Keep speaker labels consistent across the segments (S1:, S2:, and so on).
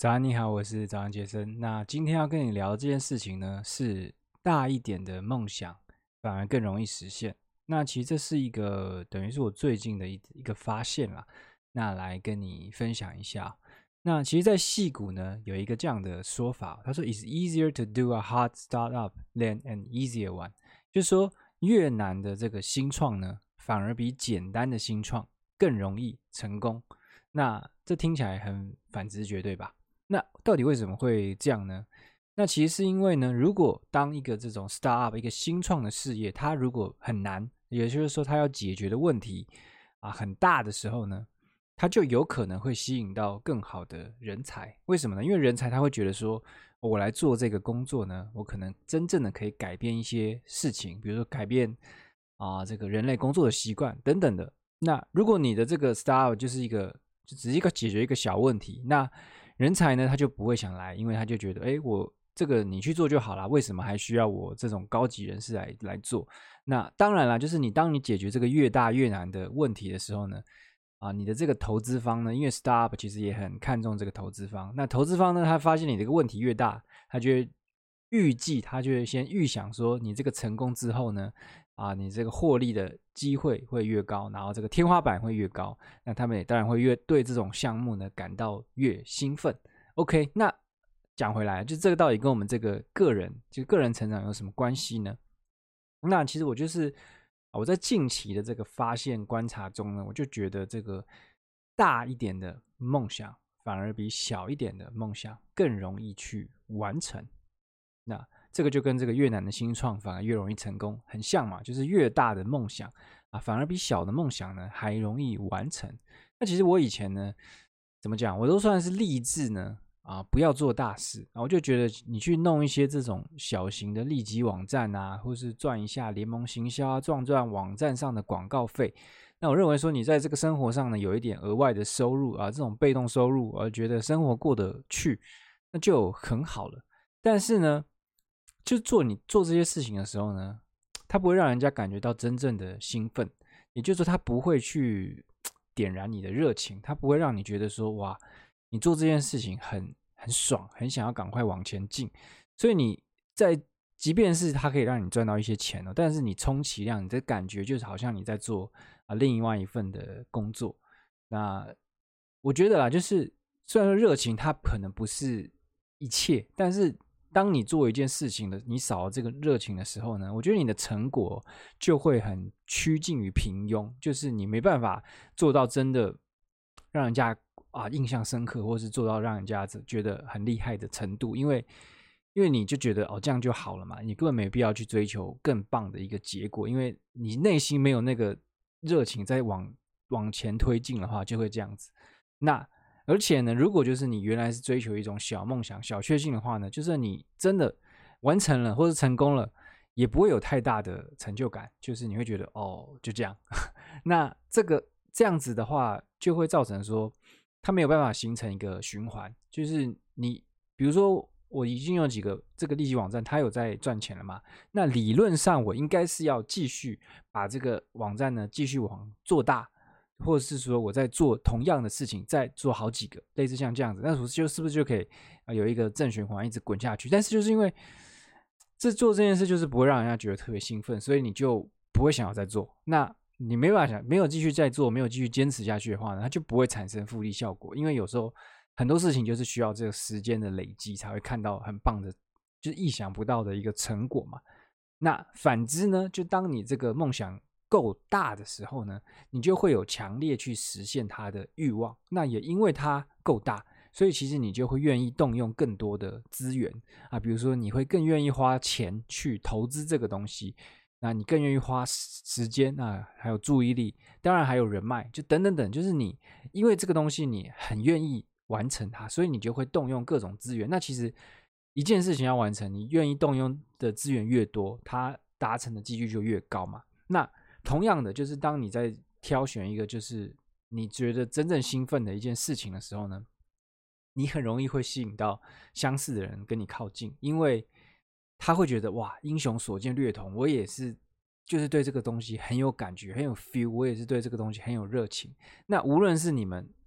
S1: 早安，你好，我是早安杰森。那今天要跟你聊的这件事情呢，是大一点的梦想反而更容易实现。那其实这是一个等于是我最近的一个发现啦，那来跟你分享一下。那其实，在矽谷呢，有一个这样的说法，他说 "It's easier to do a hard startup than an easier one"，就是说越难的这个新创呢，反而比简单的新创更容易成功。那这听起来很反直觉，对吧？那到底为什么会这样呢？那其实是因为呢，如果当一个这种 startup 一个新创的事业，它如果很难，也就是说它要解决的问题很大的时候呢，它就有可能会吸引到更好的人才。为什么呢？因为人才他会觉得说，我来做这个工作呢，我可能真正的可以改变一些事情，比如说改变这个人类工作的习惯等等的。那如果你的这个 startup 就只是一个解决一个小问题，那人才呢他就不会想来，因为他就觉得，哎，我这个你去做就好了，为什么还需要我这种高级人士来做？那当然啦，就是当你解决这个越大越难的问题的时候呢，你的这个投资方呢，因为 startup 其实也很看重这个投资方，那投资方呢，他发现你这个问题越大，他就会他就会先预想说，你这个成功之后呢，你这个获利的机会会越高，然后这个天花板会越高，那他们也当然会越对这种项目呢感到越兴奋。OK， 那讲回来，就这个到底跟我们这个个人成长有什么关系呢？那其实我在近期的这个发现观察中呢，我就觉得这个大一点的梦想反而比小一点的梦想更容易去完成。那这个就跟这个越难的新创反而越容易成功很像嘛，就是越大的梦想反而比小的梦想呢还容易完成。那其实我以前呢，怎么讲，我都算是励志呢不要做大事我就觉得你去弄一些这种小型的利基网站或是赚一下联盟行销赚网站上的广告费。那我认为说你在这个生活上呢有一点额外的收入这种被动收入，我觉得生活过得去，那就很好了。但是呢，就你做这些事情的时候呢，它不会让人家感觉到真正的兴奋，也就是说，它不会去点燃你的热情，它不会让你觉得说，哇，你做这件事情很爽，很想要赶快往前进。所以你即便是它可以让你赚到一些钱但是你充其量你的感觉就是好像你在做另外一份的工作。那我觉得啦，就是虽然说热情它可能不是一切，但是当你做一件事情的，你少了这个热情的时候呢，我觉得你的成果就会很趋近于平庸，就是你没办法做到真的让人家印象深刻，或是做到让人家觉得很厉害的程度，因为你就觉得这样就好了嘛，你根本没必要去追求更棒的一个结果，因为你内心没有那个热情在往前推进的话，就会这样子。那而且呢，如果就是你原来是追求一种小梦想、小确幸的话呢，就是你真的完成了或是成功了，也不会有太大的成就感，就是你会觉得就这样。那这样子的话，就会造成说，它没有办法形成一个循环，就是你比如说。我已经有几个这个利息网站，它有在赚钱了嘛？那理论上我应该是要继续把这个网站呢继续往做大，或者是说我在做同样的事情，再做好几个，类似像这样子，那是不是就可以有一个正循环一直滚下去？但是就是因为做这件事就是不会让人家觉得特别兴奋，所以你就不会想要再做。那你没办法没有继续再做，没有继续坚持下去的话呢，它就不会产生复利效果，因为有时候很多事情就是需要这个时间的累积才会看到很棒的，就是意想不到的一个成果嘛。那反之呢，就当你这个梦想够大的时候呢，你就会有强烈去实现它的欲望。那也因为它够大，所以其实你就会愿意动用更多的资源比如说你会更愿意花钱去投资这个东西，那你更愿意花时间还有注意力，当然还有人脉，就等等等，就是你因为这个东西你很愿意完成它，所以你就会动用各种资源。那其实一件事情要完成，你愿意动用的资源越多，它达成的几率就越高嘛。那同样的，就是当你在挑选一个就是你觉得真正兴奋的一件事情的时候呢，你很容易会吸引到相似的人跟你靠近，因为他会觉得哇，英雄所见略同，我也是就是对这个东西很有感觉，很有 feel， 我也是对这个东西很有热情。那无论是你们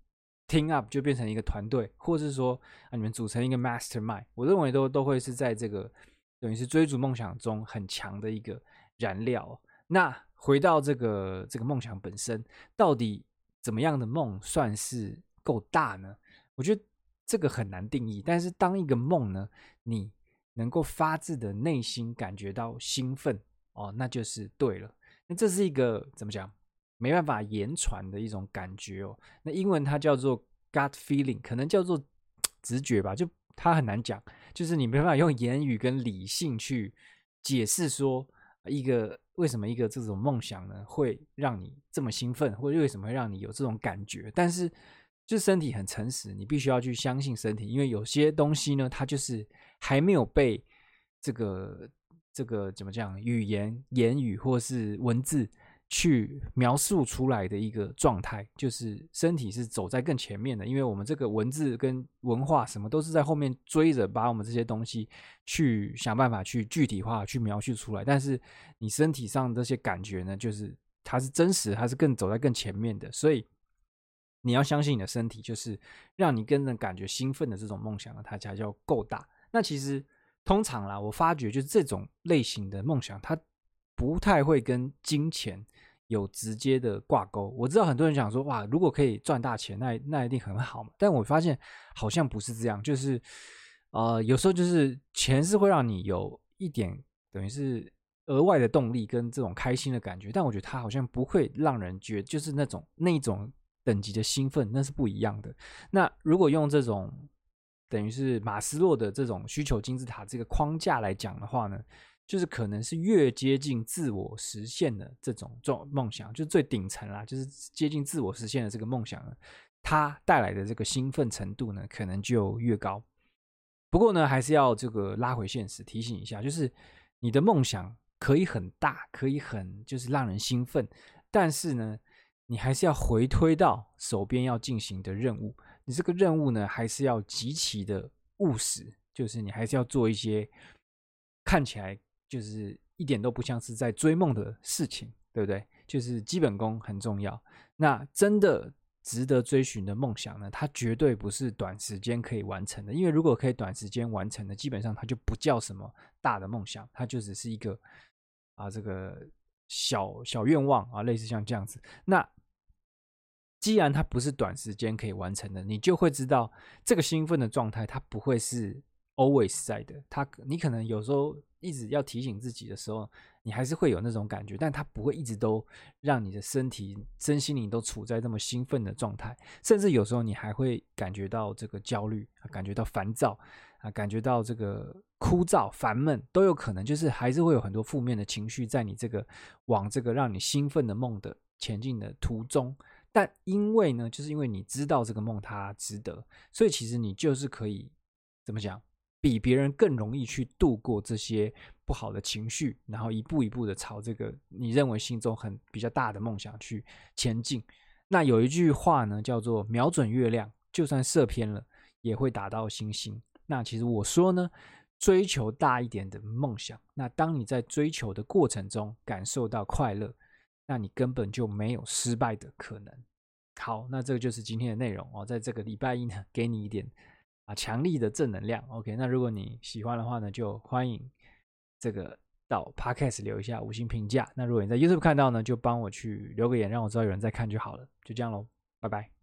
S1: team up 就变成一个团队，或是说你们组成一个 mastermind， 我认为都会是在这个等于是追逐梦想中很强的一个燃料。那回到这个梦想本身，到底怎么样的梦算是够大呢？我觉得这个很难定义，但是当一个梦呢，你能够发自的内心感觉到兴奋那就是对了。那这是一个怎么讲？没办法言传的一种感觉那英文它叫做 gut feeling， 可能叫做直觉吧，就它很难讲，就是你没办法用言语跟理性去解释说为什么一个这种梦想呢会让你这么兴奋，或者为什么会让你有这种感觉。但是就是身体很诚实，你必须要去相信身体，因为有些东西呢，它就是还没有被这个怎么讲，言语或是文字去描述出来的一个状态，就是身体是走在更前面的，因为我们这个文字跟文化什么都是在后面追着，把我们这些东西去想办法去具体化、去描述出来。但是你身体上这些感觉呢，就是它是真实，它是走在更前面的，所以你要相信你的身体，就是让你跟人感觉兴奋的这种梦想呢，它才叫够大。那其实通常啦，我发觉就是这种类型的梦想，它不太会跟金钱有直接的挂钩。我知道很多人讲说，哇，如果可以赚大钱，那一定很好嘛。但我发现好像不是这样，就是有时候就是钱是会让你有一点等于是额外的动力跟这种开心的感觉，但我觉得它好像不会让人觉得就是那种等级的兴奋，那是不一样的。那如果用这种等于是马斯洛的这种需求金字塔这个框架来讲的话呢，就是可能是越接近自我实现的这种梦想，就是最顶层啦，就是接近自我实现的这个梦想呢，它带来的这个兴奋程度呢，可能就越高。不过呢，还是要这个拉回现实，提醒一下，就是你的梦想可以很大，可以很就是让人兴奋，但是呢，你还是要回推到手边要进行的任务。你这个任务呢，还是要极其的务实，就是你还是要做一些看起来就是一点都不像是在追梦的事情，对不对？就是基本功很重要。那真的值得追寻的梦想呢，它绝对不是短时间可以完成的，因为如果可以短时间完成的，基本上它就不叫什么大的梦想，它就只是一个这个小愿望类似像这样子。那既然它不是短时间可以完成的，你就会知道这个兴奋的状态它不会是 always 在的，你可能有时候一直要提醒自己的时候，你还是会有那种感觉，但它不会一直都让你的身体身心灵都处在这么兴奋的状态，甚至有时候你还会感觉到这个焦虑，感觉到烦躁感觉到这个枯燥烦闷，都有可能，就是还是会有很多负面的情绪在你这个往这个让你兴奋的梦的前进的途中。但因为呢，就是因为你知道这个梦它值得，所以其实你就是可以怎么讲，比别人更容易去度过这些不好的情绪，然后一步一步的朝这个你认为心中比较大的梦想去前进。那有一句话呢，叫做瞄准月亮，就算射偏了，也会打到星星。那其实我说呢，追求大一点的梦想，那当你在追求的过程中感受到快乐，那你根本就没有失败的可能。好，那这个就是今天的内容在这个礼拜一呢，给你一点强力的正能量。OK， 那如果你喜欢的话呢，就欢迎这个到 Podcast 留一下5星评价。那如果你在 YouTube 看到呢，就帮我去留个言，让我知道有人在看就好了。就这样咯，拜拜。